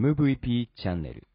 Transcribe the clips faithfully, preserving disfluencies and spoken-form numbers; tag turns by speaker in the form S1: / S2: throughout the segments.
S1: エムブイピー チャンネル。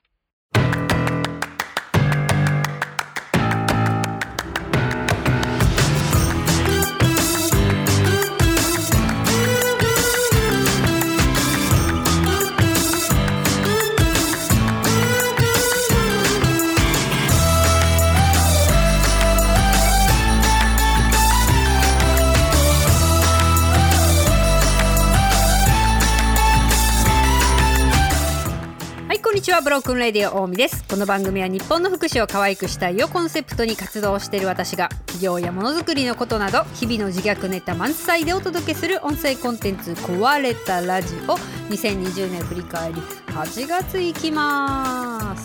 S2: こんにちは、ブロークンレディオ大見です。この番組は日本の福祉を可愛くしたいをコンセプトに活動している私が企業やものづくりのことなど日々の自虐ネタ満載でお届けする音声コンテンツ壊れたラジオ。にせんにじゅうねん振り返りはちがついきます。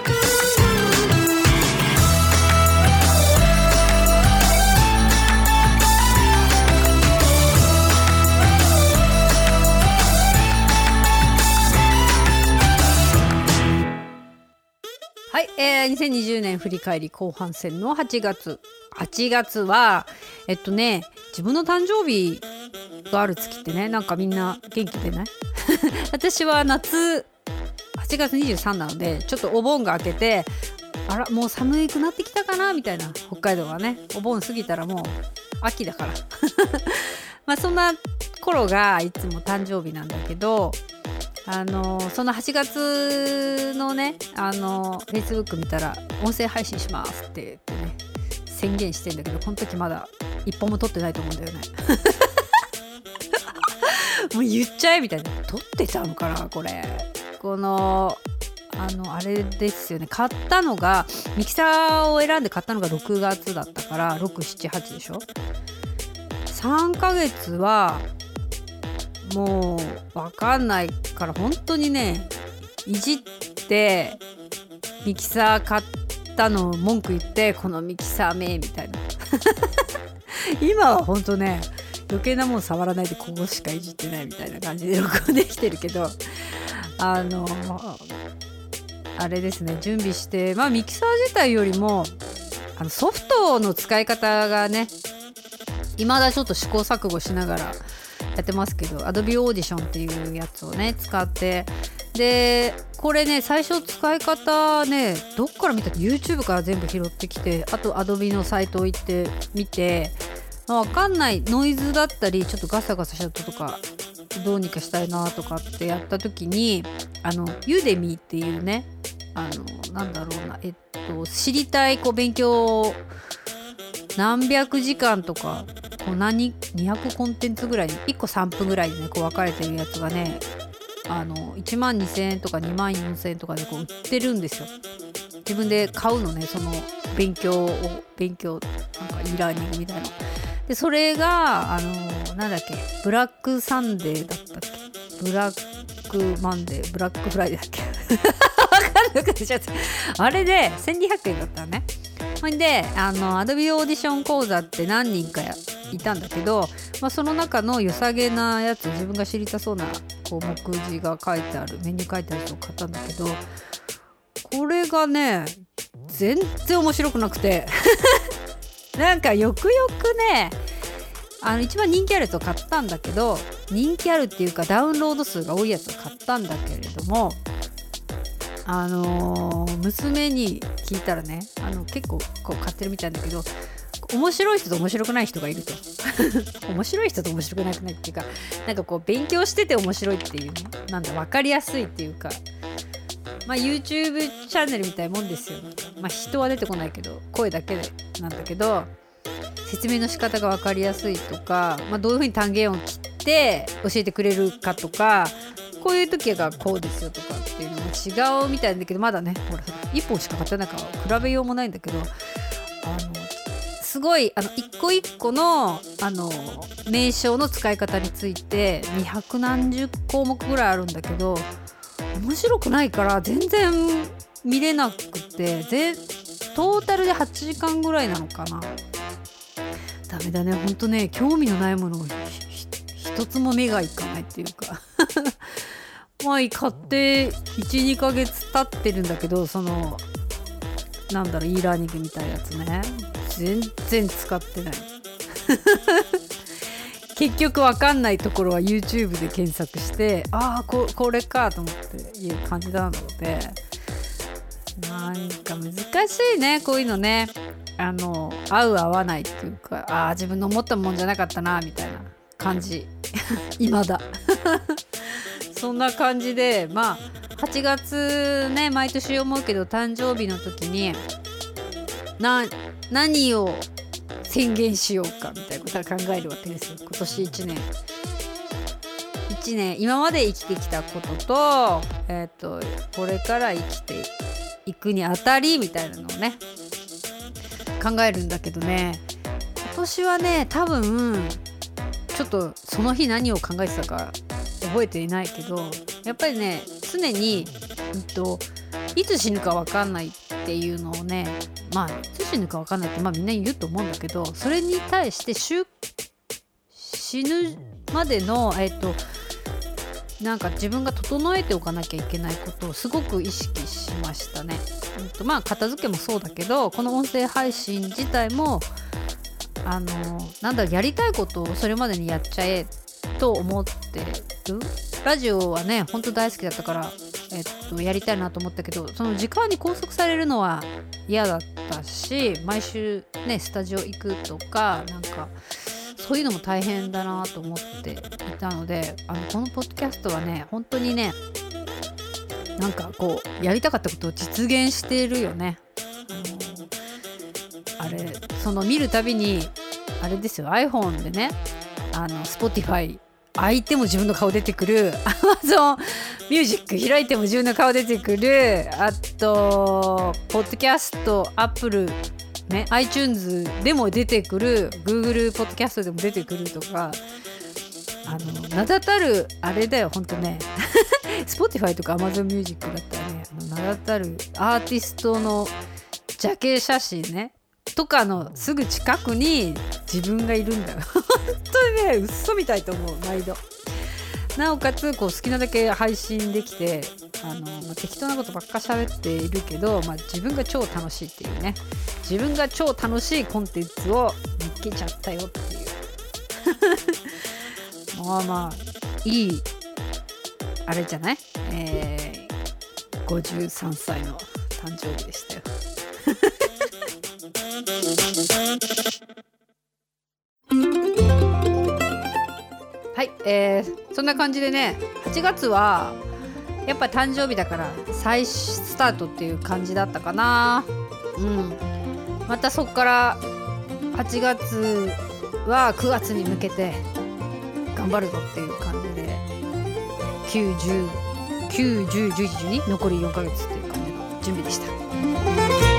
S2: はい、えー、にせんにじゅうねん振り返り後半戦のはちがつはちがつはえっとね自分の誕生日がある月ってね、なんかみんな元気出ない私は夏はちがつにじゅうさんなので、ちょっとお盆が明けて、あらもう寒くなってきたかなみたいな、北海道はねお盆過ぎたらもう秋だからまあそんな頃がいつも誕生日なんだけど、あのそのはちがつのね、あの Facebook 見たら音声配信しますって言ってね宣言してんだけど、この時まだ一本も撮ってないと思うんだよねもう言っちゃえみたいな。撮ってたのかなこれ。このあのあれですよね、買ったのがミキサーを選んで買ったのがろくがつだったからろく、しち、はちでしょ。さんかげつはもう分かんないから本当にねいじってミキサー買ったのを文句言って、このミキサーめみたいな今は本当ね余計なもん触らないでここしかいじってないみたいな感じで録音できてるけど、あのあれですね、準備して、まあミキサー自体よりもあのソフトの使い方がね未だちょっと試行錯誤しながらやってますけど、 Adobe Audition っていうやつをね使って、でこれね最初使い方ねどっから見たって YouTube から全部拾ってきて、あと Adobe のサイト行って見て、まあ、分かんないノイズだったりちょっとガサガサした音とかどうにかしたいなとかってやった時に、あの Udemy っていうね、あのなんだろうなえっと知りたいこう勉強何百時間とかこう何にひゃくコンテンツぐらいにいっこさんぷんぐらいでねこう分かれてるやつがね、あのいちまんにせんえんとかにまんよんせんえんとかでこう売ってるんですよ。自分で買うのね、その勉強を勉強なんか e ラーニングみたいな。でそれがあのなんだっけブラックサンデーだったっけ、ブラックマンデー、ブラックフライデーだっけ分かんなくなっちゃった。あれでせんにひゃくえんだったのね。ほんであの Adobe Audition 講座って何人かいたんだけど、まあ、その中の良さげなやつ、自分が知りたそうなこう目次が書いてあるメニュー書いてあるやつを買ったんだけど、これがね全然面白くなくてなんかよくよくね、あの一番人気あるやつを買ったんだけど、人気あるっていうかダウンロード数が多いやつを買ったんだけれども、あのー、娘に聞いたらね、あの結構こう買ってるみたいだけど、面白い人と面白くない人がいると面白い人と面白くなくないっていうか、なんかこう勉強してて面白いっていう、ね、なんだ分かりやすいっていうか、まあ YouTube チャンネルみたいなもんですよ。まあ人は出てこないけど声だけでなんだけど、説明の仕方が分かりやすいとか、まあ、どういう風に単元を切って教えてくれるかとか、こういう時がこうですよとかっていうのも違うみたいなんだけど、まだねほらいっぽんしか買ってないから比べようもないんだけど、あのすごいあの一個一個のあの名称の使い方についてにひゃくなんじゅっこうもくぐらいあるんだけど、面白くないから全然見れなくて、ぜトータルではちじかんぐらいなのかな。ダメだねほんとね、興味のないものを一つも目がいかないっていうかまあ買っていち、にかげつ経ってるんだけど、そのなんだろう e ラーニングみたいなやつね全然使ってない結局わかんないところは YouTube で検索して、ああ こ, これかと思っていう感じなので、なんか難しいねこういうのね。あの合う合わないっていうか、ああ自分の思ったもんじゃなかったなみたいな感じ今だそんな感じで、まあはちがつね毎年思うけど、誕生日の時にな何を宣言しようかみたいなことは考えるわけですよ。今年いちねんいちねん今まで生きてきたことと、えっとこれから生きていくにあたりみたいなのをね考えるんだけどね、今年はね多分ちょっとその日何を考えてたか覚えていないけど、やっぱりね常に、うん、といつ死ぬか分かんないっていうのをね、まあいつ死ぬか分かんないってまあみんな言うと思うんだけど、それに対して死ぬまでのえっとなんか自分が整えておかなきゃいけないことをすごく意識しましたね。うんとまあ片付けもそうだけど、この音声配信自体もあのなんだろうやりたいことをそれまでにやっちゃえと思ってる。ラジオはね本当大好きだったから、えっと、やりたいなと思ったけど、その時間に拘束されるのは嫌だったし、毎週ねスタジオ行くとかなんかそういうのも大変だなと思っていたので、あのこのポッドキャストはね本当にねなんかこうやりたかったことを実現しているよね。あのあれその見るたびにあれですよ、 iPhone でねあの Spotify 開いても自分の顔出てくる、 Amazon Music 開いても自分の顔出てくる、あとポッドキャスト Appleね、iTunes でも出てくる、 Google ポッドキャストでも出てくるとか、あの名だたるあれだよ本当ねSpotify とか Amazon Music だったらね、あの名だたるアーティストのジャケ写真ねとかのすぐ近くに自分がいるんだよ本当にね嘘みたいと思う毎度。なおかつこう好きなだけ配信できて、あの、まあ、適当なことばっか喋っているけど、まあ、自分が超楽しいっていうね、自分が超楽しいコンテンツを見つけちゃったよっていうまあまあいいあれじゃない、えー、ごじゅうさんさいの誕生日でしたよはい、えー、そんな感じでね、はちがつはやっぱ誕生日だから再スタートっていう感じだったかな。うん。またそっからはちがつはくがつに向けて頑張るぞっていう感じで、きゅう、じゅう、きゅう、じゅう、じゅういち、じゅうに残りよんかげつっていう感じの準備でした。